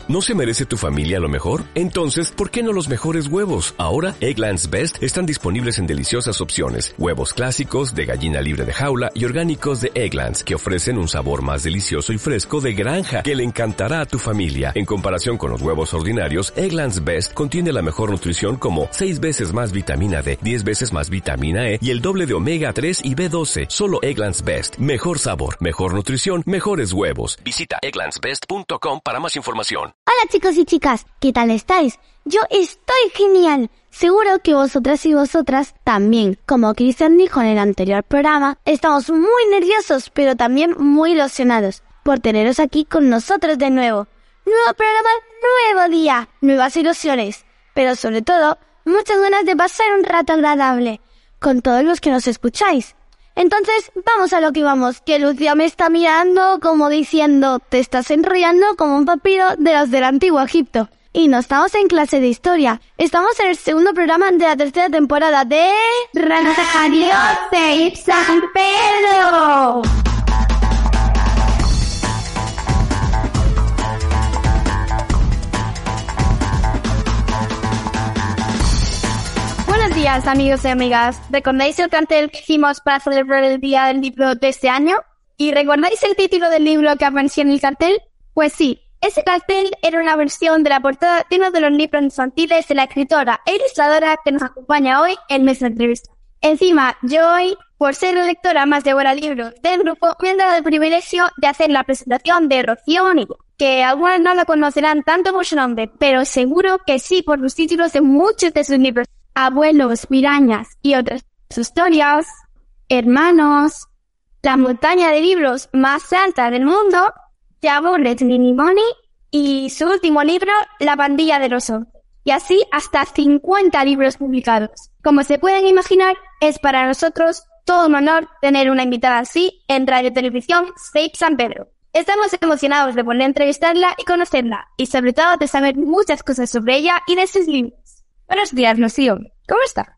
¿No se merece tu familia lo mejor? Entonces, ¿por qué no los mejores huevos? Ahora, Eggland's Best están disponibles en deliciosas opciones. Huevos clásicos, de gallina libre de jaula y orgánicos de Eggland's, que ofrecen un sabor más delicioso y fresco de granja, que le encantará a tu familia. En comparación con los huevos ordinarios, Eggland's Best contiene la mejor nutrición como 6 veces más vitamina D, 10 veces más vitamina E y el doble de omega 3 y B12. Solo Eggland's Best. Mejor sabor, mejor nutrición, mejores huevos. Visita egglandsbest.com para más información. Hola chicos y chicas, ¿qué tal estáis? Yo estoy genial. Seguro que vosotras y vosotras también. Como Cristian dijo en el anterior programa, estamos muy nerviosos, pero también muy ilusionados por teneros aquí con nosotros de nuevo. Nuevo programa, nuevo día, nuevas ilusiones, pero sobre todo, muchas ganas de pasar un rato agradable con todos los que nos escucháis. Entonces, vamos a lo que vamos, que Lucia me está mirando como diciendo, te estás enrollando como un papiro de los del antiguo Egipto. Y no estamos en clase de historia, estamos en el segundo programa de la tercera temporada de... Radio Tape San Pedro. Buenos días, amigos y amigas. ¿Recordáis el cartel que hicimos para celebrar el Día del Libro de este año? ¿Y recordáis el título del libro que aparecía en el cartel? Pues sí, ese cartel era una versión de la portada de uno de los libros infantiles de la escritora e ilustradora que nos acompaña hoy en nuestra entrevista. Encima, yo hoy, por ser la lectora más devora libros del grupo, me han dado el privilegio de hacer la presentación de Rocío Bonilla, que algunos no la conocerán tanto por su nombre, pero seguro que sí por los títulos de muchos de sus libros. Abuelos, Mirañas y otras historias, Hermanos, La montaña de libros más alta del mundo, The Aborted Mini Money y su último libro, La pandilla de los 11. Y así hasta 50 libros publicados. Como se pueden imaginar, es para nosotros todo un honor tener una invitada así en Radio Televisión Tape San Pedro. Estamos emocionados de poder entrevistarla y conocerla, y sobre todo de saber muchas cosas sobre ella y de sus libros. Buenos días, Rocío. ¿Cómo está?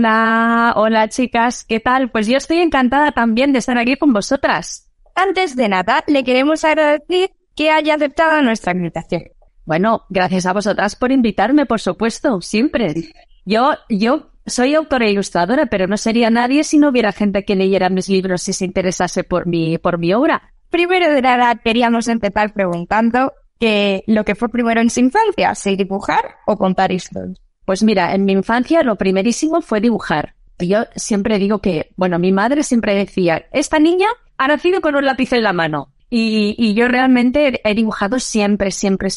Hola chicas, ¿qué tal? Pues yo estoy encantada también de estar aquí con vosotras. Antes de nada, le queremos agradecer que haya aceptado nuestra invitación. Bueno, gracias a vosotras por invitarme, por supuesto, siempre. Yo soy autora e ilustradora, pero no sería nadie si no hubiera gente que leyera mis libros y se interesase por mi obra. Primero de nada, queríamos empezar preguntando que lo que fue primero en su infancia, si dibujar o contar historias. Pues mira, en mi infancia lo primerísimo fue dibujar. Yo siempre digo que, mi madre siempre decía, esta niña ha nacido con un lápiz en la mano. Y yo realmente he dibujado siempre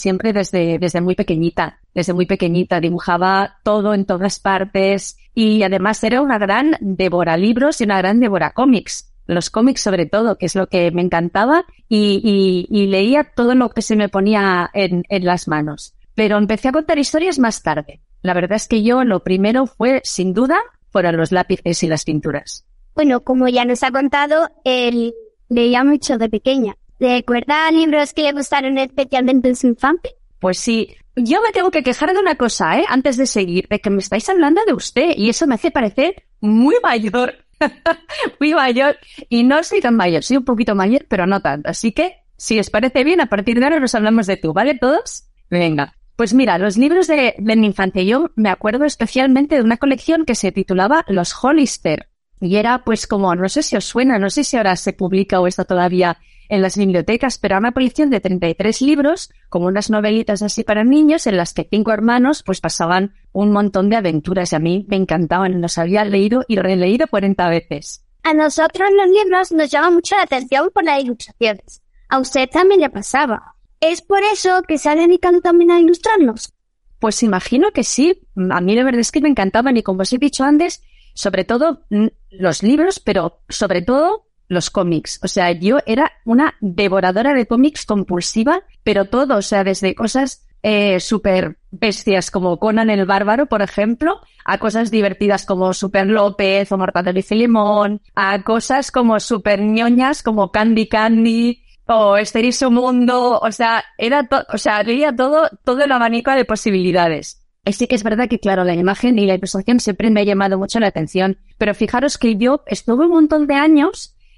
desde muy pequeñita. Desde muy pequeñita dibujaba todo en todas partes y además era una gran devoralibros y una gran devoracómics. Los cómics sobre todo, que es lo que me encantaba y leía todo lo que se me ponía en las manos. Pero empecé a contar historias más tarde. La verdad es que yo lo primero fue, sin duda, fueron los lápices y las pinturas. Bueno, como ya nos ha contado, él leía mucho de pequeña. ¿Recuerda libros que le gustaron especialmente en su infancia? Pues sí. Yo me tengo que quejar de una cosa, antes de seguir, de que me estáis hablando de usted, y eso me hace parecer muy mayor. Muy mayor. Y no soy tan mayor, soy un poquito mayor, pero no tanto. Así que, si os parece bien, a partir de ahora nos hablamos de tú, ¿vale todos? Venga. Pues mira, los libros de mi infancia, yo me acuerdo especialmente de una colección que se titulaba Los Hollister. Y era pues como, no sé si os suena, no sé si ahora se publica o está todavía en las bibliotecas, pero era una colección de 33 libros, como unas novelitas así para niños, en las que 5 hermanos pues pasaban un montón de aventuras y a mí me encantaban, los había leído y releído 40 veces. A nosotros los libros nos llama mucho la atención por las ilustraciones. A usted también le pasaba. ¿Es por eso que se ha dedicado también a ilustrarnos? Pues imagino que sí. A mí la verdad es que me encantaban y como os he dicho antes, sobre todo los libros, pero sobre todo los cómics. O sea, yo era una devoradora de cómics compulsiva, pero todo, o sea, desde cosas súper bestias como Conan el Bárbaro, por ejemplo, a cosas divertidas como Super López o Mortadelo y Filemón, a cosas como súper ñoñas como Candy Candy o Esther y su mundo, o sea, leía todo el abanico de posibilidades. Y sí que es verdad que, claro, la imagen y la ilustración siempre me ha llamado mucho la atención, pero fijaros que yo estuve un montón de años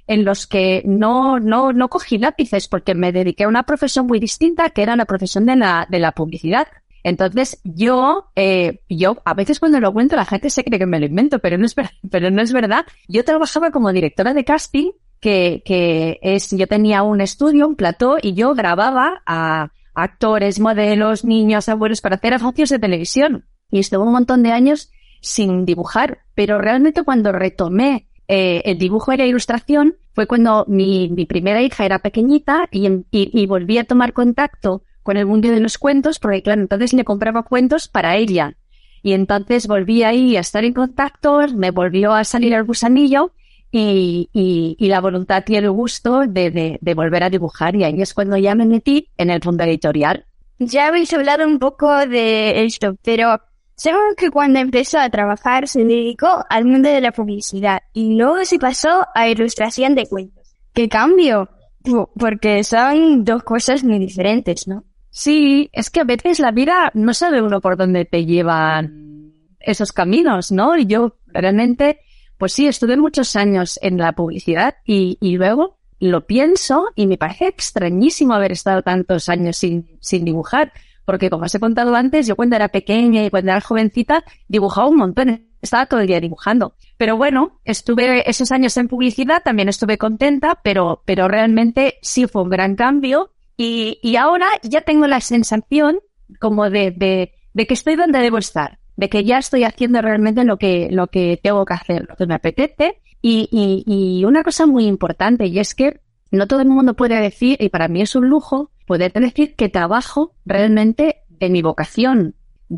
en los que no cogí lápices porque me dediqué a una profesión muy distinta, que era la profesión de la publicidad. Entonces, yo a veces cuando lo cuento la gente se cree que me lo invento, pero no es verdad. Yo trabajaba como directora de casting, yo tenía un estudio, un plató, y yo grababa a actores, modelos, niños, abuelos para hacer anuncios de televisión. Y estuve un montón de años sin dibujar, pero realmente cuando retomé el dibujo y la ilustración fue cuando mi primera hija era pequeñita y volví a tomar contacto con el mundo de los cuentos, porque claro, entonces le compraba cuentos para ella. Y entonces volví ahí a estar en contacto, me volvió a salir el gusanillo y la voluntad y el gusto de volver a dibujar. Y ahí es cuando ya me metí en el mundo editorial. Ya habéis hablado un poco de esto, pero seguro que cuando empezó a trabajar se dedicó al mundo de la publicidad y luego se pasó a ilustración de cuentos. ¿Qué cambio? Porque son dos cosas muy diferentes, ¿no? Sí, es que a veces la vida no sabe uno por dónde te llevan esos caminos, ¿no? Y yo realmente, pues sí, estuve muchos años en la publicidad y luego lo pienso y me parece extrañísimo haber estado tantos años sin dibujar, porque como os he contado antes, yo cuando era pequeña y cuando era jovencita dibujaba un montón, estaba todo el día dibujando. Pero bueno, estuve esos años en publicidad, también estuve contenta, pero realmente sí fue un gran cambio. Y ahora ya tengo la sensación como de que estoy donde debo estar, de que ya estoy haciendo realmente lo que tengo que hacer, lo que me apetece. Y una cosa muy importante, y es que no todo el mundo puede decir, y para mí es un lujo, poder decir que trabajo realmente de mi vocación,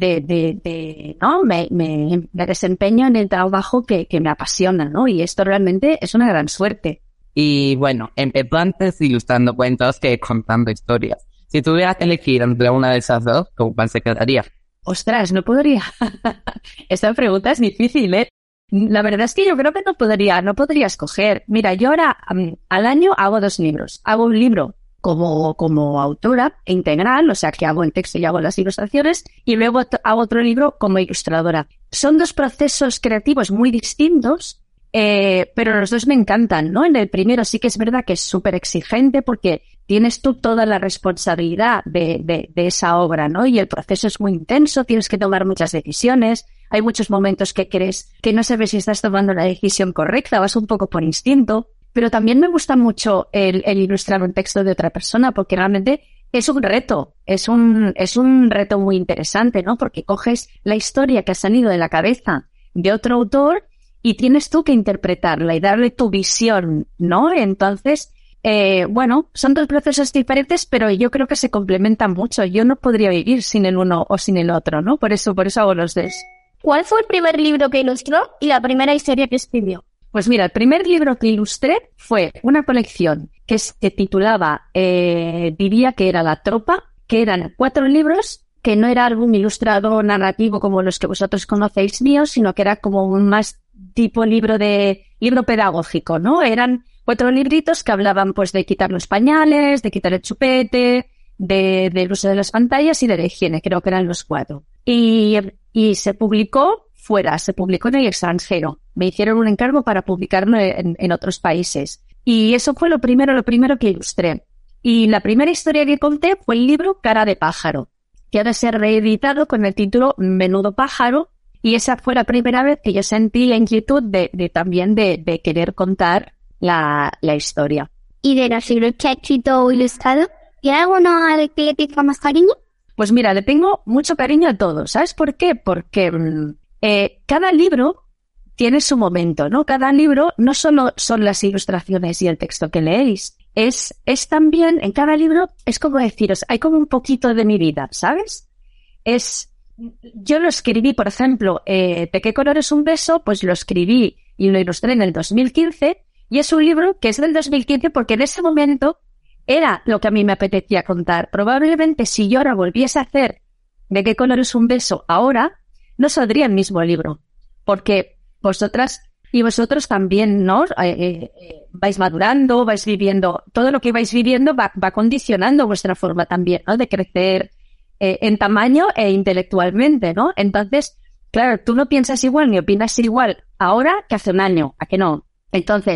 ¿no? Me desempeño en el trabajo que me apasiona, ¿no? Y esto realmente es una gran suerte. Y bueno, empezó antes ilustrando cuentos que contando historias. Si tuvieras que elegir entre una de esas dos, ¿con cuál se quedaría? Ostras, no podría. Esta pregunta es difícil, ¿eh? La verdad es que yo creo que no podría escoger. Mira, yo ahora al año hago 2 libros. Hago un libro como autora integral, o sea que hago el texto y hago las ilustraciones, y luego hago otro libro como ilustradora. Son 2 procesos creativos muy distintos, pero los 2 me encantan, ¿no? En el primero sí que es verdad que es súper exigente porque tienes tú toda la responsabilidad de esa obra, ¿no? Y el proceso es muy intenso, tienes que tomar muchas decisiones, hay muchos momentos que crees que no sabes si estás tomando la decisión correcta, vas un poco por instinto, pero también me gusta mucho el ilustrar un texto de otra persona porque realmente es un reto, es un reto muy interesante, ¿no? Porque coges la historia que ha salido de la cabeza de otro autor y tienes tú que interpretarla y darle tu visión, ¿no? Entonces, bueno, son 2 procesos diferentes, pero yo creo que se complementan mucho. Yo no podría vivir sin el uno o sin el otro, ¿no? Por eso hago los 2. ¿Cuál fue el primer libro que ilustró y la primera historia que escribió? Pues mira, el primer libro que ilustré fue una colección que se titulaba, diría que era La Tropa, que eran 4 libros, que no era algún ilustrado narrativo como los que vosotros conocéis míos, sino que era como un más tipo libro pedagógico, ¿no? Eran 4 libritos que hablaban pues de quitar los pañales, de quitar el chupete, del uso de las pantallas y de la higiene, creo que eran los 4. Y se publicó fuera, se publicó en el extranjero. Me hicieron un encargo para publicarlo en otros países. Y eso fue lo primero que ilustré. Y la primera historia que conté fue el libro Cara de pájaro, que ha de ser reeditado con el título Menudo pájaro. Y esa fue la primera vez que yo sentí la inquietud también de querer contar la historia. ¿Y de los libros que ha escrito o ilustrado, tiene alguno al que le tenga más cariño? Pues mira, le tengo mucho cariño a todos. ¿Sabes por qué? Porque cada libro tiene su momento, ¿no? Cada libro no solo son las ilustraciones y el texto que leéis, es también, en cada libro, es como deciros, hay como un poquito de mi vida, ¿sabes? Yo lo escribí, por ejemplo, ¿de qué color es un beso? Pues lo escribí y lo ilustré en el 2015, y es un libro que es del 2015 porque en ese momento era lo que a mí me apetecía contar. Probablemente si yo ahora volviese a hacer ¿de qué color es un beso? Ahora, no saldría el mismo libro, porque vosotras y vosotros también, ¿no? Vais madurando, vais viviendo, todo lo que vais viviendo va condicionando vuestra forma también, ¿no? De crecer en tamaño e intelectualmente, ¿no? Entonces, claro, tú no piensas igual ni opinas igual ahora que hace un año, ¿a que no? Entonces,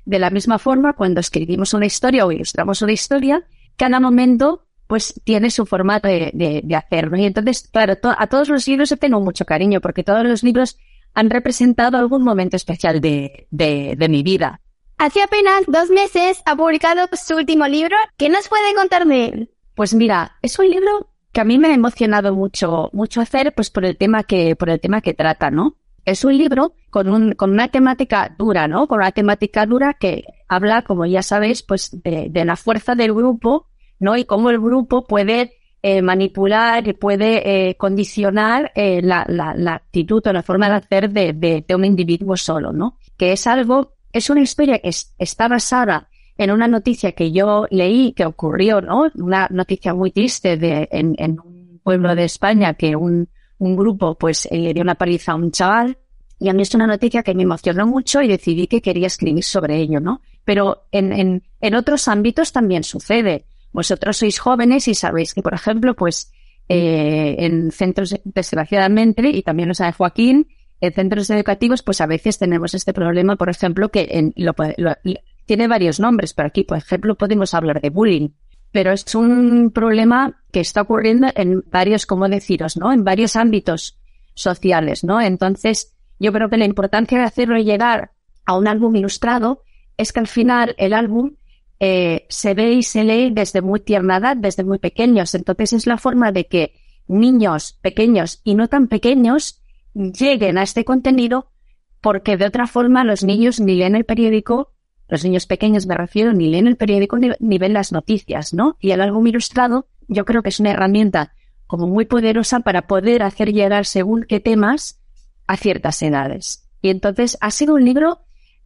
de la misma forma, cuando escribimos una historia o ilustramos una historia, cada momento pues tiene su forma de hacerlo. Y entonces, claro, a todos los libros yo tengo mucho cariño, porque todos los libros han representado algún momento especial de mi vida. Hace apenas 2 meses ha publicado su último libro. ¿Qué nos puede contar de él? Pues mira, es un libro que a mí me ha emocionado mucho hacer, pues por el tema que trata, ¿no? Es un libro con una temática dura, ¿no? Con una temática dura que habla, como ya sabéis, pues de la fuerza del grupo, ¿no? Y cómo el grupo puede manipular y puede condicionar la actitud o la forma de hacer de un individuo solo, ¿no? Que es una historia que está basada en una noticia que yo leí que ocurrió, ¿no? Una noticia muy triste en un pueblo de España, que un grupo pues le dio una paliza a un chaval, y a mí es una noticia que me emocionó mucho y decidí que quería escribir sobre ello, ¿no? Pero en otros ámbitos también sucede. Vosotros sois jóvenes y sabéis que, por ejemplo, pues en centros, desgraciadamente, y también lo sabe Joaquín, en centros educativos, pues a veces tenemos este problema, por ejemplo, que tiene varios nombres, pero aquí, por ejemplo, podemos hablar de bullying, pero es un problema que está ocurriendo en varios, ¿cómo deciros?, ¿no? En varios ámbitos sociales, ¿no? Entonces, yo creo que la importancia de hacerlo llegar a un álbum ilustrado es que al final el álbum se ve y se lee desde muy tierna edad, desde muy pequeños. Entonces es la forma de que niños pequeños y no tan pequeños lleguen a este contenido, porque de otra forma los niños ni leen el periódico, los niños pequeños me refiero, ni leen el periódico ni ven las noticias, ¿no? Y el álbum ilustrado yo creo que es una herramienta como muy poderosa para poder hacer llegar según qué temas a ciertas edades. Y entonces ha sido un libro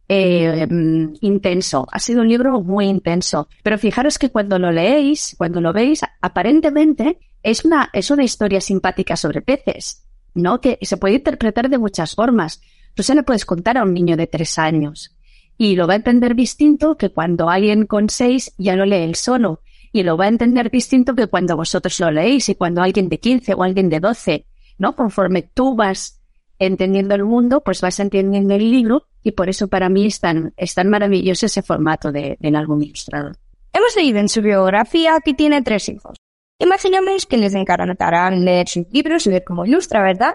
intenso, ha sido un libro muy intenso. Pero fijaros que cuando lo leéis, cuando lo veis, aparentemente es una historia simpática sobre peces, ¿no? Que se puede interpretar de muchas formas. Tú se lo puedes contar a un niño de 3 años y lo va a entender distinto que cuando alguien con 6 ya lo lee él solo, y lo va a entender distinto que cuando vosotros lo leéis y cuando alguien de 15 o alguien de 12, ¿no? Conforme tú vas entendiendo el mundo, pues vas entendiendo el libro, y por eso para mí es tan maravilloso ese formato del álbum ilustrado. Hemos leído en su biografía que tiene 3 hijos. Imaginamos que les encantarán leer sus libros y ver cómo ilustra, ¿verdad?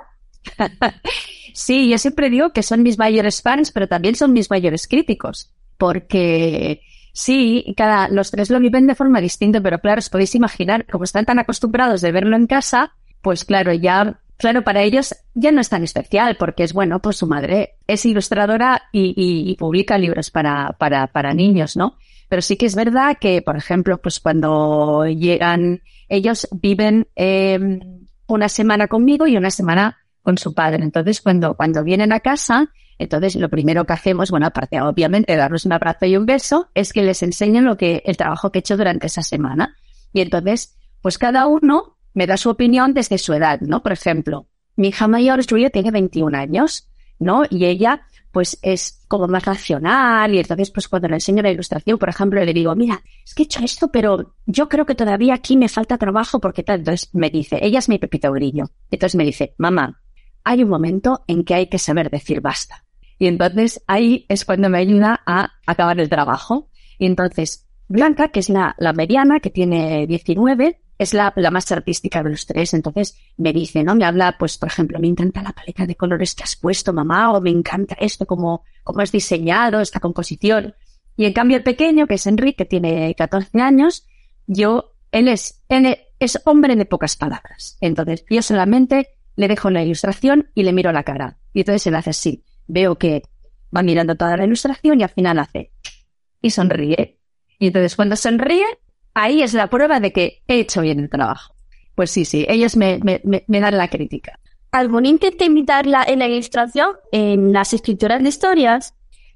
Sí, yo siempre digo que son mis mayores fans, pero también son mis mayores críticos, porque sí, los 3 lo viven de forma distinta, pero claro, os podéis imaginar, como están tan acostumbrados de verlo en casa, pues claro, para ellos ya no es tan especial, porque es bueno, pues su madre es ilustradora y publica libros para niños, ¿no? Pero sí que es verdad que, por ejemplo, pues cuando llegan, ellos viven una semana conmigo y una semana con su padre. Entonces, cuando vienen a casa, entonces lo primero que hacemos, bueno, aparte obviamente de darles un abrazo y un beso, es que les enseñen el trabajo que he hecho durante esa semana. Y entonces, pues cada uno me da su opinión desde su edad, ¿no? Por ejemplo, mi hija mayor, Julia, tiene 21 años, ¿no? Y ella, pues, es como más racional, y entonces, pues, cuando le enseño la ilustración, por ejemplo, le digo, mira, es que he hecho esto, pero yo creo que todavía aquí me falta trabajo porque tal. Entonces me dice, ella es mi Pepito Grillo. Entonces me dice, mamá, hay un momento en que hay que saber decir basta. Y entonces ahí es cuando me ayuda a acabar el trabajo. Y entonces Blanca, que es la mediana, que tiene 19, es la más artística de los 3. Entonces me dice, ¿no? Me habla, pues, por ejemplo, me encanta la paleta de colores que has puesto, mamá, o me encanta esto, cómo has diseñado esta composición. Y en cambio el pequeño, que es Enrique, que tiene 14 años, él es hombre de pocas palabras. Entonces yo solamente le dejo la ilustración y le miro la cara. Y entonces él hace así. Veo que va mirando toda la ilustración y al final hace y sonríe. Y entonces cuando sonríe, ahí es la prueba de que he hecho bien el trabajo. Pues sí, ellos me dan la crítica. ¿Algún intento imitarla en la ilustración, en las escrituras de historias?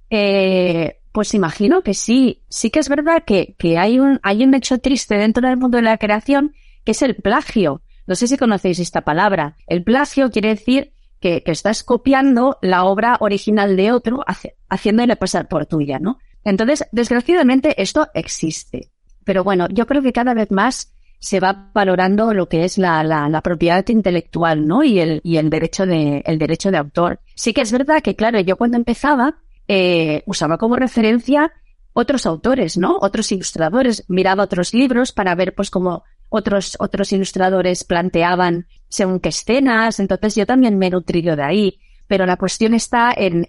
Pues imagino que sí. Sí que es verdad que hay un hecho triste dentro del mundo de la creación, que es el plagio. No sé si conocéis esta palabra. El plagio quiere decir que estás copiando la obra original de otro, haciéndole pasar por tuya, ¿no? Entonces, desgraciadamente, esto existe. Pero bueno, yo creo que cada vez más se va valorando lo que es la propiedad intelectual, ¿no? Y el derecho de autor. Sí que es verdad que, claro, yo cuando empezaba, usaba como referencia otros autores, ¿no? Otros ilustradores. Miraba otros libros para ver pues cómo otros ilustradores planteaban según qué escenas. Entonces yo también me he nutrido de ahí. Pero la cuestión está en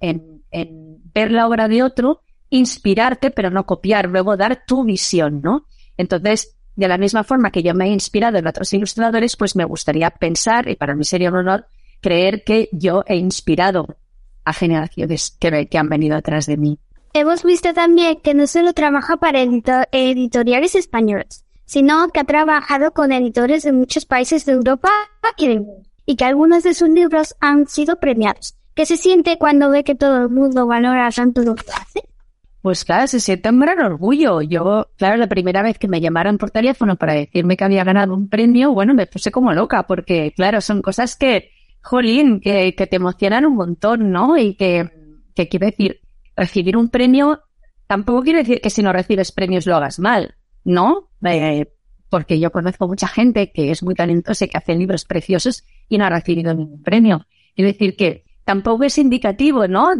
ver la obra de otro, inspirarte, pero no copiar, luego dar tu visión, ¿no? Entonces, de la misma forma que yo me he inspirado en otros ilustradores, pues me gustaría pensar, y para mí sería un honor, creer que yo he inspirado a generaciones que han venido atrás de mí. Hemos visto también que no solo trabaja para editoriales españoles, sino que ha trabajado con editores de muchos países de Europa y del mundo, y que algunos de sus libros han sido premiados. ¿Qué se siente cuando ve que todo el mundo valora tanto lo que hace? Pues claro, se siente un gran orgullo. Yo, claro, la primera vez que me llamaron por teléfono para decirme que había ganado un premio, bueno, me puse como loca, porque claro, son cosas que, jolín, que te emocionan un montón, ¿no? Y que quiero decir, recibir un premio tampoco quiere decir que si no recibes premios lo hagas mal, ¿no? Porque yo conozco mucha gente que es muy talentosa y que hace libros preciosos y no ha recibido ningún premio. Quiero decir que tampoco es indicativo, ¿no?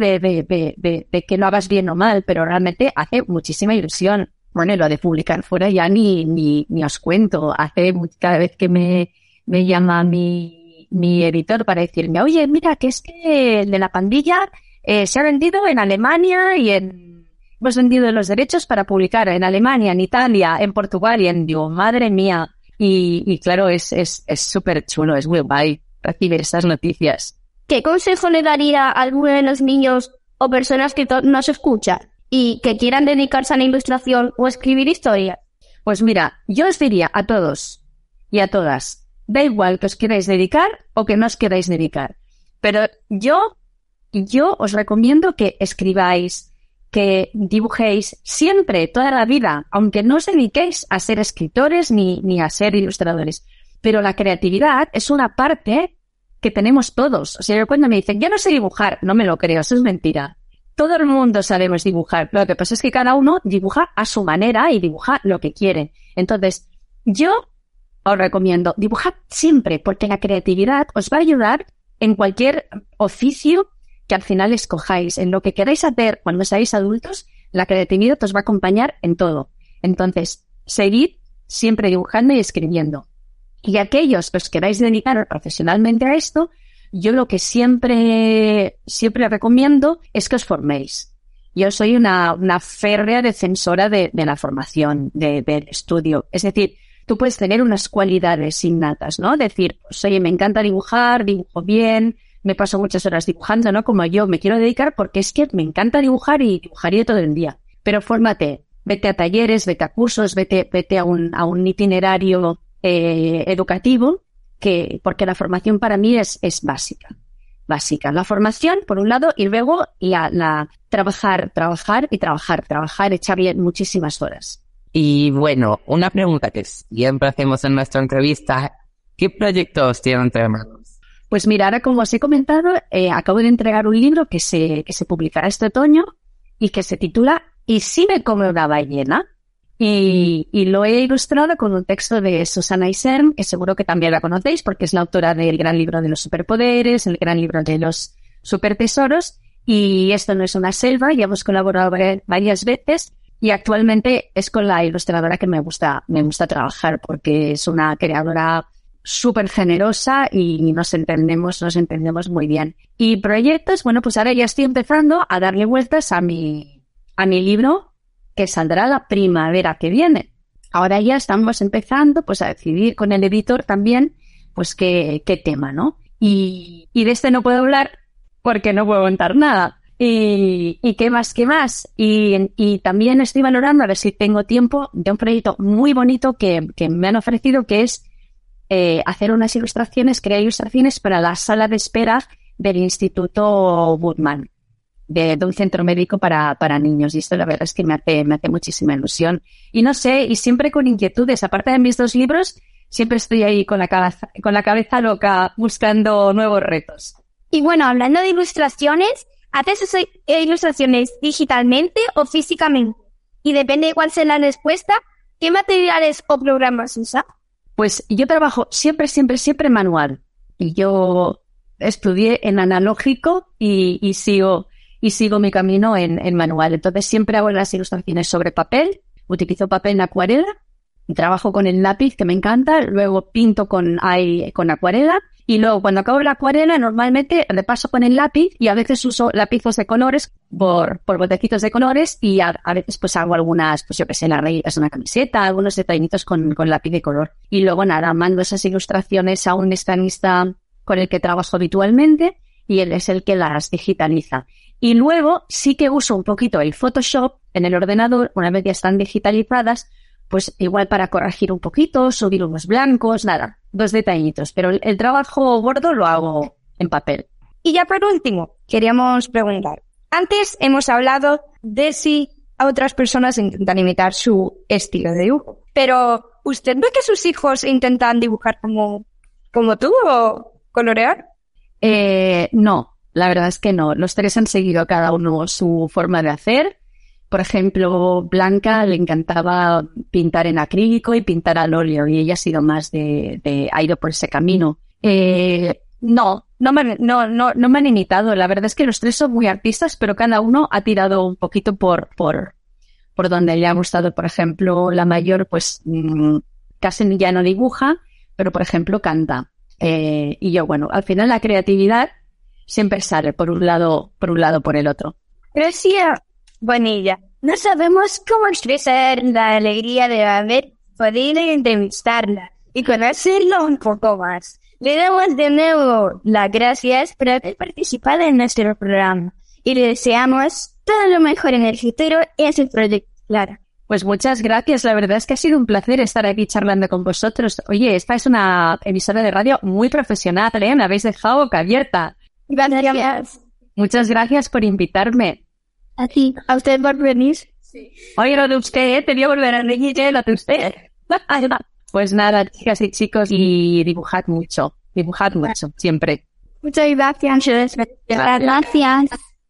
De que lo hagas bien o mal, pero realmente hace muchísima ilusión. Bueno, y lo de publicar fuera ya ni os cuento. Cada vez que me llama mi editor para decirme, oye, mira, que es que el de La Pandilla se ha vendido en Alemania y hemos vendido los derechos para publicar en Alemania, en Italia, en Portugal, y digo, madre mía. Y claro, es súper chulo, es muy guay recibir esas noticias. ¿Qué consejo le daría a alguno de los niños o personas que nos escuchan y que quieran dedicarse a la ilustración o escribir historias? Pues mira, yo os diría a todos y a todas, da igual que os queráis dedicar o que no os queráis dedicar, pero yo os recomiendo que escribáis, que dibujéis siempre, toda la vida, aunque no os dediquéis a ser escritores ni a ser ilustradores. Pero la creatividad es una parte que tenemos todos. O sea, yo cuando me dicen, yo no sé dibujar, no me lo creo, eso es mentira. Todo el mundo sabemos dibujar. Lo que pasa es que cada uno dibuja a su manera y dibuja lo que quiere. Entonces, yo os recomiendo dibujar siempre, porque la creatividad os va a ayudar en cualquier oficio que al final escojáis. En lo que queráis hacer cuando seáis adultos, la creatividad os va a acompañar en todo. Entonces, seguid siempre dibujando y escribiendo. Y aquellos que os queráis dedicar profesionalmente a esto, yo lo que siempre recomiendo es que os forméis. Yo soy una férrea defensora de la formación, del estudio. Es decir, tú puedes tener unas cualidades innatas, ¿no? Decir, pues, oye, me encanta dibujar, dibujo bien, me paso muchas horas dibujando, ¿no? Como yo me quiero dedicar porque es que me encanta dibujar y dibujaría todo el día. Pero fórmate, vete a talleres, vete a cursos, vete a un itinerario educativo, porque la formación para mí es básica. La formación, por un lado, y luego trabajar, echarle muchísimas horas. Y bueno, una pregunta que siempre hacemos en nuestra entrevista, ¿qué proyectos tienen entre manos? Pues mira, ahora como os he comentado, acabo de entregar un libro que se publicará este otoño y que se titula ¿Y si me come una ballena? Y lo he ilustrado con un texto de Susanna Eisern, que seguro que también la conocéis porque es la autora del gran libro de los superpoderes, el gran libro de los supertesoros. Y esto no es una selva, ya hemos colaborado varias veces y actualmente es con la ilustradora que me gusta trabajar porque es una creadora súper generosa y nos entendemos muy bien. Y proyectos, bueno, pues ahora ya estoy empezando a darle vueltas a mi libro, que saldrá la primavera que viene. Ahora ya estamos empezando pues a decidir con el editor también pues qué tema, ¿no? Y de este no puedo hablar porque no puedo contar nada. Y qué más. Y también estoy valorando a ver si tengo tiempo de un proyecto muy bonito que me han ofrecido, que es hacer crear ilustraciones para la sala de espera del Instituto Woodman. De un centro médico para niños, y esto la verdad es que me hace muchísima ilusión. Y no sé, y siempre con inquietudes, aparte de mis 2 libros, siempre estoy ahí con la cabeza loca buscando nuevos retos. Y bueno, hablando de ilustraciones, ¿haces ilustraciones digitalmente o físicamente? Y depende de cuál sea la respuesta, ¿qué materiales o programas usa? Pues yo trabajo siempre manual. Y yo estudié en analógico y sigo y sigo mi camino en manual. Entonces siempre hago las ilustraciones sobre papel, utilizo papel en acuarela, trabajo con el lápiz que me encanta, luego pinto con acuarela y luego cuando acabo la acuarela normalmente repaso con el lápiz y a veces uso lápices de colores por botecitos de colores y a veces pues hago algunas, pues yo que sé, las rayitas de una camiseta, algunos detallitos con lápiz de color. Y luego nada, mando esas ilustraciones a un escanista con el que trabajo habitualmente y él es el que las digitaliza. Y luego sí que uso un poquito el Photoshop en el ordenador, una vez ya están digitalizadas, pues igual para corregir un poquito, subir unos blancos, nada, 2 detallitos. Pero el trabajo gordo lo hago en papel. Y ya por último, queríamos preguntar. Antes hemos hablado de si a otras personas intentan imitar su estilo de dibujo. Pero, ¿usted ve que sus hijos intentan dibujar como tú o colorear? No, la verdad es que no. Los 3 han seguido cada uno su forma de hacer. Por ejemplo, Blanca le encantaba pintar en acrílico y pintar al óleo y ella ha sido más ha ido por ese camino. No me han imitado. La verdad es que los 3 son muy artistas, pero cada uno ha tirado un poquito por donde le ha gustado. Por ejemplo, la mayor pues casi ya no dibuja, pero por ejemplo canta. Y yo, bueno, al final la creatividad siempre sale por un lado por el otro. Gracias, Bonilla. No sabemos cómo expresar la alegría de haber podido entrevistarla y conocerlo un poco más. Le damos de nuevo las gracias por haber participado en nuestro programa y le deseamos todo lo mejor en el futuro y en su proyecto, Clara. Pues muchas gracias, la verdad es que ha sido un placer estar aquí charlando con vosotros. Oye, esta es una emisora de radio muy profesional, ¿eh? Me habéis dejado boca abierta. Gracias. Muchas gracias por invitarme. A usted por venir. Sí. Oye, lo de usted, te voy a volver a reír, lo de usted. Pues nada, chicas y chicos, y dibujad mucho, siempre. Muchas gracias. Gracias.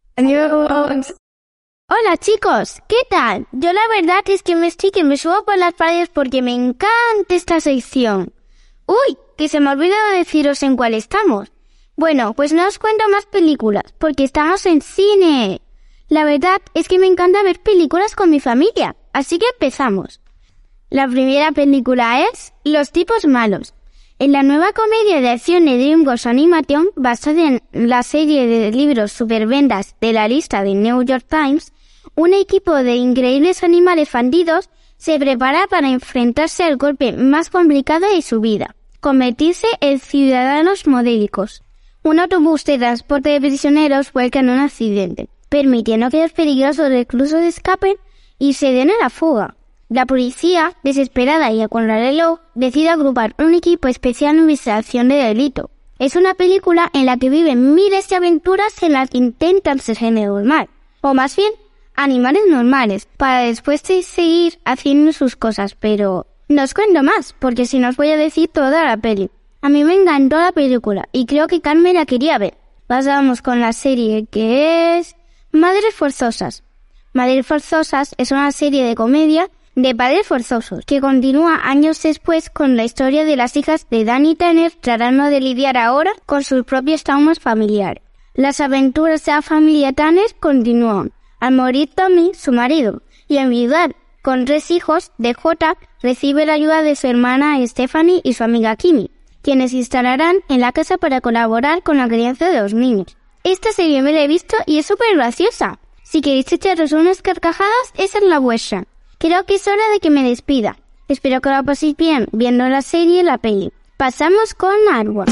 Adiós. Hola chicos, ¿qué tal? Yo la verdad es que me subo por las paredes porque me encanta esta sección. Uy, que se me ha olvidado deciros en cuál estamos. Bueno, pues no os cuento más películas, porque estamos en cine. La verdad es que me encanta ver películas con mi familia, así que empezamos. La primera película es Los tipos malos. En la nueva comedia de acción de DreamWorks Animation, basada en la serie de libros superventas de la lista de New York Times, un equipo de increíbles animales bandidos se prepara para enfrentarse al golpe más complicado de su vida, convertirse en ciudadanos modélicos. Un autobús de transporte de prisioneros vuelca en un accidente, permitiendo que los peligrosos reclusos escapen y se den a la fuga. La policía, desesperada y a contrarreloj, decide agrupar un equipo especial de investigación de delito. Es una película en la que viven miles de aventuras en las que intentan ser gente normal, o más bien, animales normales, para después de seguir haciendo sus cosas, pero no os cuento más, porque si no os voy a decir toda la peli. A mí me encantó la película, y creo que Carmen la quería ver. Pasamos con la serie que es Madres Forzosas. Madres Forzosas es una serie de comedia de padres forzosos, que continúa años después con la historia de las hijas de Danny Tanner tratando de lidiar ahora con sus propios traumas familiares. Las aventuras de la familia Tanner continúan. Al morir Tommy, su marido, y enviudar con 3 hijos, DJ recibe la ayuda de su hermana Stephanie y su amiga Kimmy, quienes se instalarán en la casa para colaborar con la crianza de los niños. Esta serie me la he visto y es súper graciosa. Si queréis echaros unas carcajadas, esa es la vuestra. Creo que es hora de que me despida. Espero que lo paséis bien viendo la serie y la peli. Pasamos con Arwa.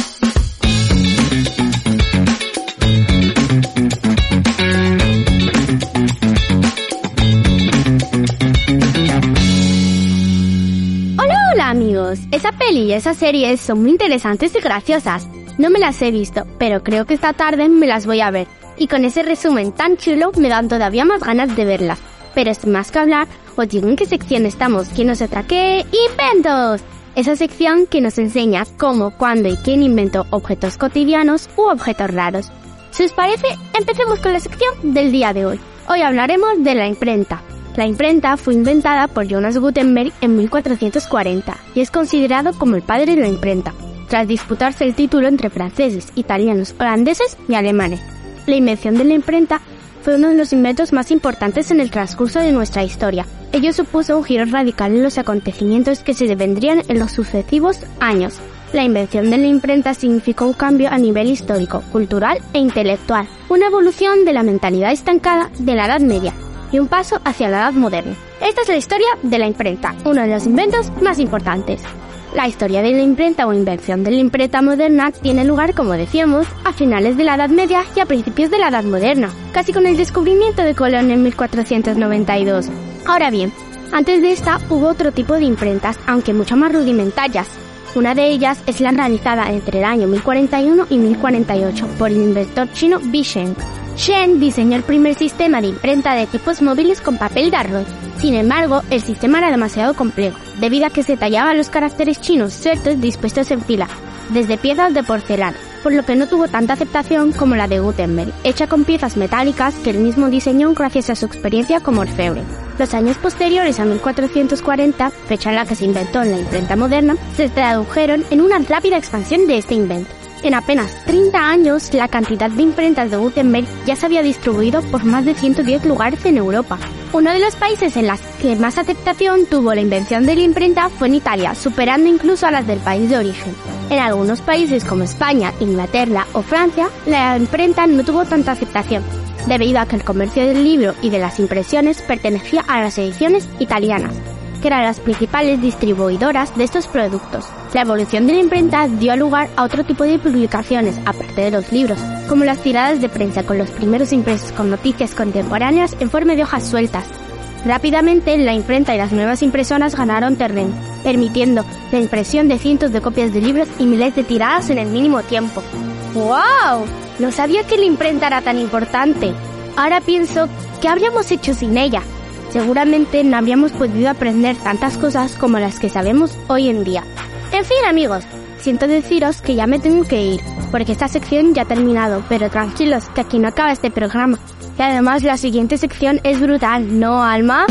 Hola amigos, esa peli y esas series son muy interesantes y graciosas. No me las he visto, pero creo que esta tarde me las voy a ver. Y con ese resumen tan chulo me dan todavía más ganas de verlas. Pero sin más que hablar, os digo en qué sección estamos, que nos atraque inventos. Esa sección que nos enseña cómo, cuándo y quién inventó objetos cotidianos u objetos raros. Si os parece, empecemos con la sección del día de hoy. Hoy hablaremos de la imprenta. La imprenta fue inventada por Jonas Gutenberg en 1440 y es considerado como el padre de la imprenta, tras disputarse el título entre franceses, italianos, holandeses y alemanes. La invención de la imprenta fue uno de los inventos más importantes en el transcurso de nuestra historia. Ello supuso un giro radical en los acontecimientos que se devendrían en los sucesivos años. La invención de la imprenta significó un cambio a nivel histórico, cultural e intelectual, una evolución de la mentalidad estancada de la Edad Media y un paso hacia la Edad Moderna. Esta es la historia de la imprenta, uno de los inventos más importantes. La historia de la imprenta o invención de la imprenta moderna tiene lugar, como decíamos, a finales de la Edad Media y a principios de la Edad Moderna, casi con el descubrimiento de Colón en 1492. Ahora bien, antes de esta hubo otro tipo de imprentas, aunque mucho más rudimentarias. Una de ellas es la realizada entre el año 1041 y 1048 por el inventor chino Bi Shen. Shen diseñó el primer sistema de imprenta de tipos móviles con papel de arroz. Sin embargo, el sistema era demasiado complejo, debido a que se tallaban los caracteres chinos sueltos dispuestos en fila, desde piezas de porcelana, por lo que no tuvo tanta aceptación como la de Gutenberg, hecha con piezas metálicas que él mismo diseñó gracias a su experiencia como orfebre. Los años posteriores a 1440, fecha en la que se inventó la imprenta moderna, se tradujeron en una rápida expansión de este invento. En apenas 30 años, la cantidad de imprentas de Gutenberg ya se había distribuido por más de 110 lugares en Europa. Uno de los países en los que más aceptación tuvo la invención de la imprenta fue en Italia, superando incluso a las del país de origen. En algunos países como España, Inglaterra o Francia, la imprenta no tuvo tanta aceptación, debido a que el comercio del libro y de las impresiones pertenecía a las ediciones italianas, que eran las principales distribuidoras de estos productos. La evolución de la imprenta dio lugar a otro tipo de publicaciones, aparte de los libros, como las tiradas de prensa con los primeros impresos con noticias contemporáneas en forma de hojas sueltas. Rápidamente, la imprenta y las nuevas impresoras ganaron terreno, permitiendo la impresión de cientos de copias de libros y miles de tiradas en el mínimo tiempo. ¡Wow! No sabía que la imprenta era tan importante. Ahora pienso, ¿qué habríamos hecho sin ella? Seguramente no habríamos podido aprender tantas cosas como las que sabemos hoy en día. En fin, amigos, siento deciros que ya me tengo que ir, porque esta sección ya ha terminado, pero tranquilos, que aquí no acaba este programa. Y además la siguiente sección es brutal, ¿no, Alma?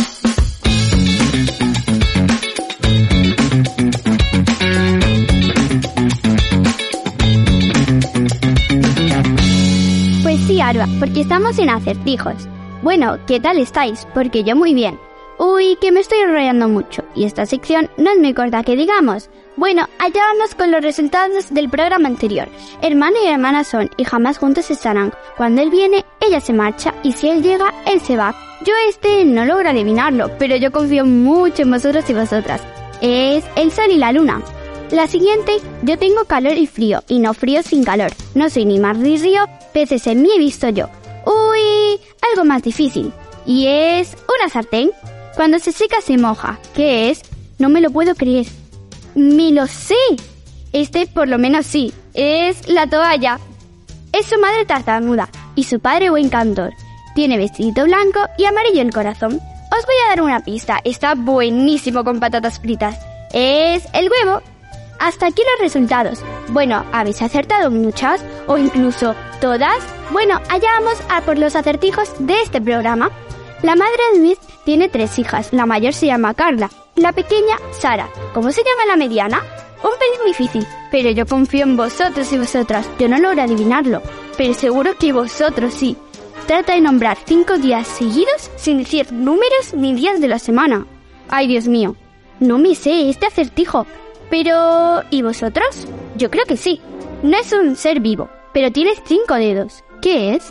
Pues sí, Arba, porque estamos en acertijos. Bueno, ¿qué tal estáis? Porque yo muy bien. Uy, que me estoy enrollando mucho, y esta sección no es muy corta que digamos. Bueno, allá vamos con los resultados del programa anterior. Hermano y hermana son, y jamás juntos estarán. Cuando él viene, ella se marcha, y si él llega, él se va. Yo no logro adivinarlo, pero yo confío mucho en vosotros y vosotras. Es el sol y la luna. La siguiente, yo tengo calor y frío, y no frío sin calor. No soy ni mar ni río, peces en mí he visto yo. Uy, algo más difícil. Y es una sartén. Cuando se seca se moja. ¿Qué es? No me lo puedo creer. ¡Me lo sé! Por lo menos sí. Es la toalla. Es su madre tartamuda y su padre buen cantor. Tiene vestido blanco y amarillo el corazón. Os voy a dar una pista. Está buenísimo con patatas fritas. Es el huevo. Hasta aquí los resultados. Bueno, ¿habéis acertado muchas? ¿O incluso todas? Bueno, allá vamos a por los acertijos de este programa. La madre de Luis tiene 3 hijas. La mayor se llama Carla, la pequeña Sara. ¿Cómo se llama la mediana? Un pelín difícil, pero yo confío en vosotros y vosotras. Yo no logro adivinarlo, pero seguro que vosotros sí. Trata de nombrar 5 días seguidos sin decir números ni días de la semana. Ay, Dios mío, no me sé este acertijo. Pero, ¿y vosotros? Yo creo que sí. No es un ser vivo, pero tiene 5 dedos. ¿Qué es?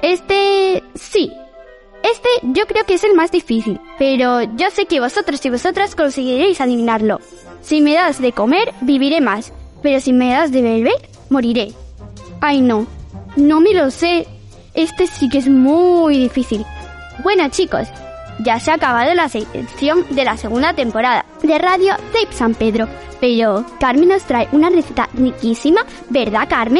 Sí. Yo creo que es el más difícil, pero yo sé que vosotros y vosotras conseguiréis adivinarlo. Si me das de comer, viviré más, pero si me das de beber, moriré. Ay, no me lo sé. Sí que es muy difícil. Bueno, chicos, ya se ha acabado la sección de la segunda temporada de Radio Tape San Pedro, pero Carmen nos trae una receta riquísima, ¿verdad, Carmen?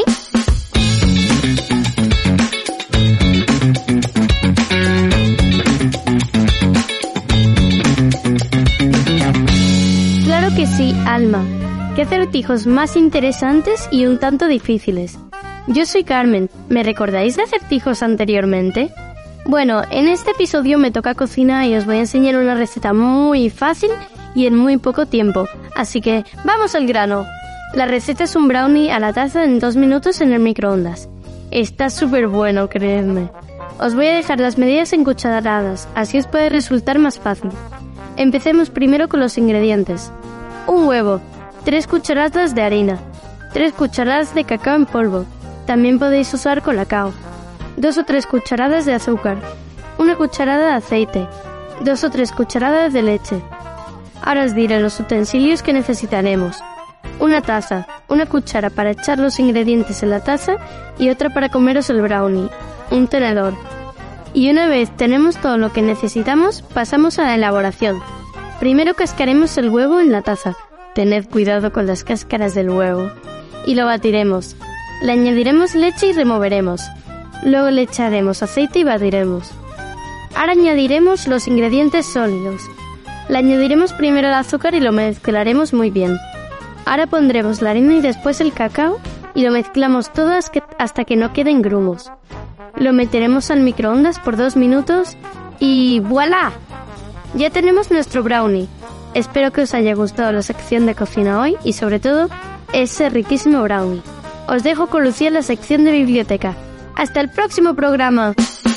Claro que sí, Alma. Qué acertijos más interesantes y un tanto difíciles. Yo soy Carmen. ¿Me recordáis de acertijos anteriormente? Bueno, en este episodio me toca cocina y os voy a enseñar una receta muy fácil y en muy poco tiempo. Así que, vamos al grano. La receta es un brownie a la taza en 2 minutos en el microondas. Está súper bueno, creedme. Os voy a dejar las medidas en cucharadas, así os puede resultar más fácil. Empecemos primero con los ingredientes. 1 huevo, 3 cucharadas de harina, 3 cucharadas de cacao en polvo, también podéis usar colacao, 2 o 3 cucharadas de azúcar, 1 cucharada de aceite, 2 o 3 cucharadas de leche. Ahora os diré los utensilios que necesitaremos. 1 taza, 1 cuchara para echar los ingredientes en la taza y otra para comeros el brownie, un tenedor. Y una vez tenemos todo lo que necesitamos, pasamos a la elaboración. Primero cascaremos el huevo en la taza. Tened cuidado con las cáscaras del huevo. Y lo batiremos. Le añadiremos leche y removeremos. Luego le echaremos aceite y batiremos. Ahora añadiremos los ingredientes sólidos. Le añadiremos primero el azúcar y lo mezclaremos muy bien. Ahora pondremos la harina y después el cacao y lo mezclamos todo hasta que no queden grumos. Lo meteremos al microondas por 2 minutos y ¡voilá! Ya tenemos nuestro brownie. Espero que os haya gustado la sección de cocina hoy y sobre todo ese riquísimo brownie. Os dejo con Lucía en la sección de biblioteca. ¡Hasta el próximo programa!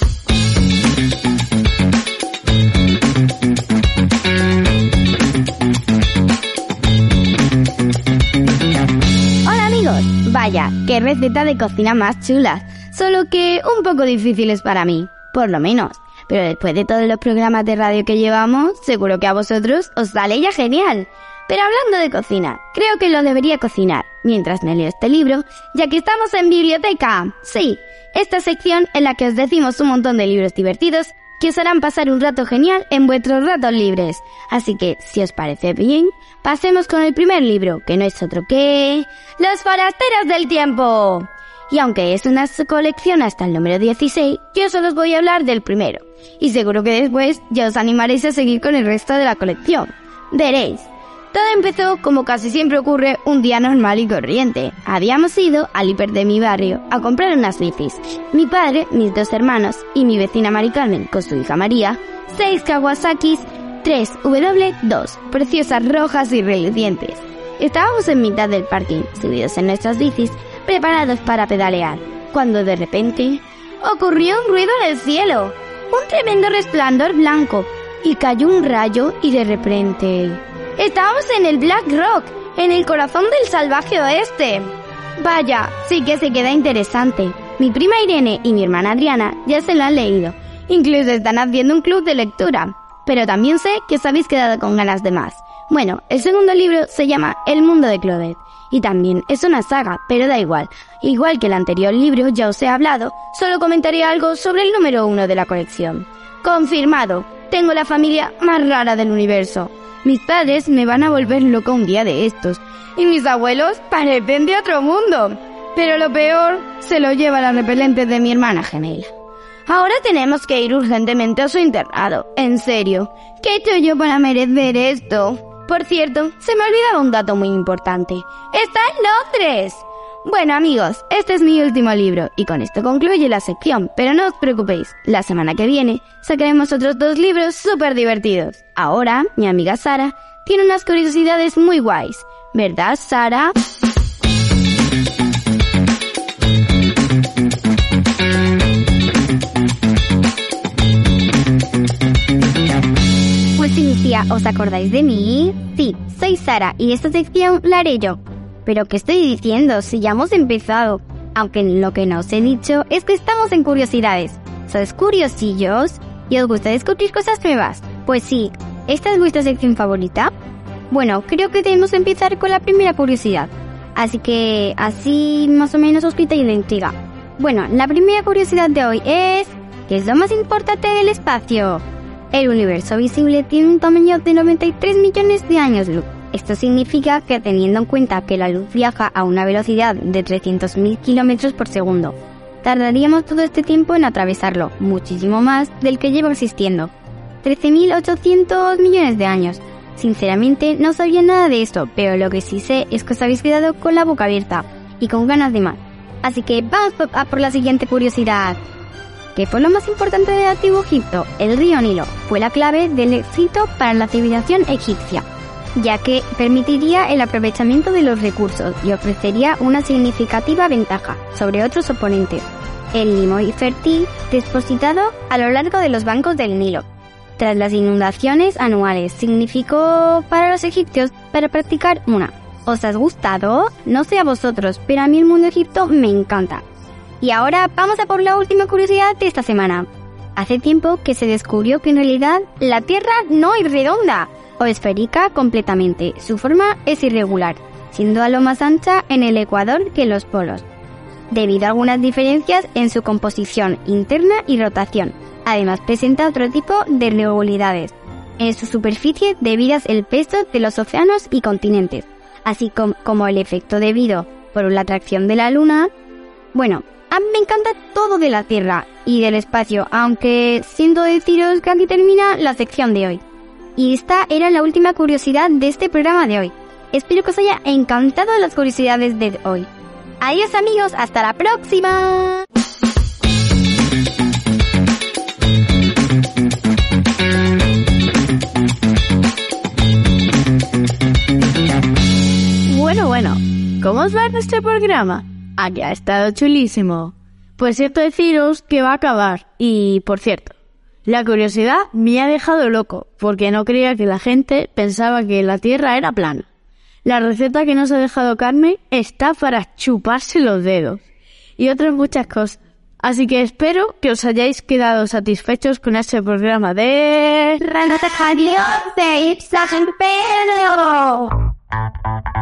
Hola amigos, vaya, qué receta de cocina más chula, solo que un poco difíciles para mí, por lo menos. Pero después de todos los programas de radio que llevamos, seguro que a vosotros os sale ya genial. Pero hablando de cocina, creo que lo debería cocinar mientras me leo este libro, ya que estamos en biblioteca. Sí, esta sección en la que os decimos un montón de libros divertidos que os harán pasar un rato genial en vuestros ratos libres. Así que, si os parece bien, pasemos con el primer libro, que no es otro que Los forasteros del tiempo. Y aunque es una colección hasta el número 16, yo solo os voy a hablar del primero. Y seguro que después ya os animaréis a seguir con el resto de la colección. Veréis. Todo empezó, como casi siempre ocurre, un día normal y corriente. Habíamos ido al hiper de mi barrio a comprar unas bicis. Mi padre, mis 2 hermanos y mi vecina Mari Carmen con su hija María, 6 Kawasakis 3W2, preciosas rojas y relucientes. Estábamos en mitad del parking, subidos en nuestras bicis, preparados para pedalear, cuando de repente ocurrió un ruido en el cielo, un tremendo resplandor blanco, y cayó un rayo y de repente estábamos en el Black Rock, en el corazón del salvaje oeste. Vaya, sí que se queda interesante. Mi prima Irene y mi hermana Adriana ya se lo han leído, incluso están haciendo un club de lectura, pero también sé que os habéis quedado con ganas de más. Bueno, el segundo libro se llama El mundo de Claudette. Y también es una saga, pero da igual. Igual que el anterior libro ya os he hablado, solo comentaré algo sobre el número 1 de la colección. Confirmado, tengo la familia más rara del universo. Mis padres me van a volver loca un día de estos. Y mis abuelos parecen de otro mundo. Pero lo peor se lo lleva la repelente de mi hermana gemela. Ahora tenemos que ir urgentemente a su internado. En serio, ¿qué he hecho yo para merecer esto? Por cierto, se me olvidaba un dato muy importante. ¡Está en Londres! Bueno amigos, este es mi último libro y con esto concluye la sección, pero no os preocupéis, la semana que viene sacaremos otros 2 libros súper divertidos. Ahora, mi amiga Sara tiene unas curiosidades muy guays, ¿verdad, Sara? Pues Inicia, ¿os acordáis de mí? Sí, soy Sara y esta sección la haré yo. ¿Pero qué estoy diciendo? Si ya hemos empezado. Aunque lo que no os he dicho es que estamos en curiosidades. ¿Sois curiosillos? ¿Y os gusta descubrir cosas nuevas? Pues sí, ¿esta es vuestra sección favorita? Bueno, creo que debemos empezar con la primera curiosidad. Así que así más o menos os quita la intriga. Bueno, la primera curiosidad de hoy es... ¿qué es lo más importante del espacio? El universo visible tiene un tamaño de 93 millones de años luz. Esto significa que teniendo en cuenta que la luz viaja a una velocidad de 300.000 kilómetros por segundo, tardaríamos todo este tiempo en atravesarlo, muchísimo más del que lleva existiendo. 13.800 millones de años. Sinceramente no sabía nada de esto, pero lo que sí sé es que os habéis quedado con la boca abierta y con ganas de más. Así que vamos a por la siguiente curiosidad. ¿Qué fue lo más importante del antiguo Egipto? El río Nilo fue la clave del éxito para la civilización egipcia, ya que permitiría el aprovechamiento de los recursos y ofrecería una significativa ventaja sobre otros oponentes. el limo fértil depositado a lo largo de los bancos del Nilo. Tras las inundaciones anuales, significó para los egipcios para practicar una. ¿Os ha gustado? No sé a vosotros, pero a mí el mundo egipto me encanta. Y ahora vamos a por la última curiosidad de esta semana. Hace tiempo que se descubrió que en realidad la Tierra no es redonda o esférica completamente. Su forma es irregular, siendo algo más ancha en el ecuador que en los polos, debido a algunas diferencias en su composición interna y rotación. Además presenta otro tipo de irregularidades en su superficie debido al peso de los océanos y continentes, así como el efecto debido por la atracción de la Luna. Bueno, a mí me encanta todo de la Tierra y del espacio, aunque siento deciros que aquí termina la sección de hoy. Y esta era la última curiosidad de este programa de hoy. Espero que os haya encantado las curiosidades de hoy. Adiós amigos, hasta la próxima. Bueno, ¿cómo os va nuestro programa? Aquí ha estado chulísimo. Pues cierto deciros que va a acabar. Y, por cierto, la curiosidad me ha dejado loco, porque no creía que la gente pensaba que la Tierra era plana. La receta que nos ha dejado Carmen está para chuparse los dedos. Y otras muchas cosas. Así que espero que os hayáis quedado satisfechos con este programa de... ¡Relatos de Ipsa en Pedro!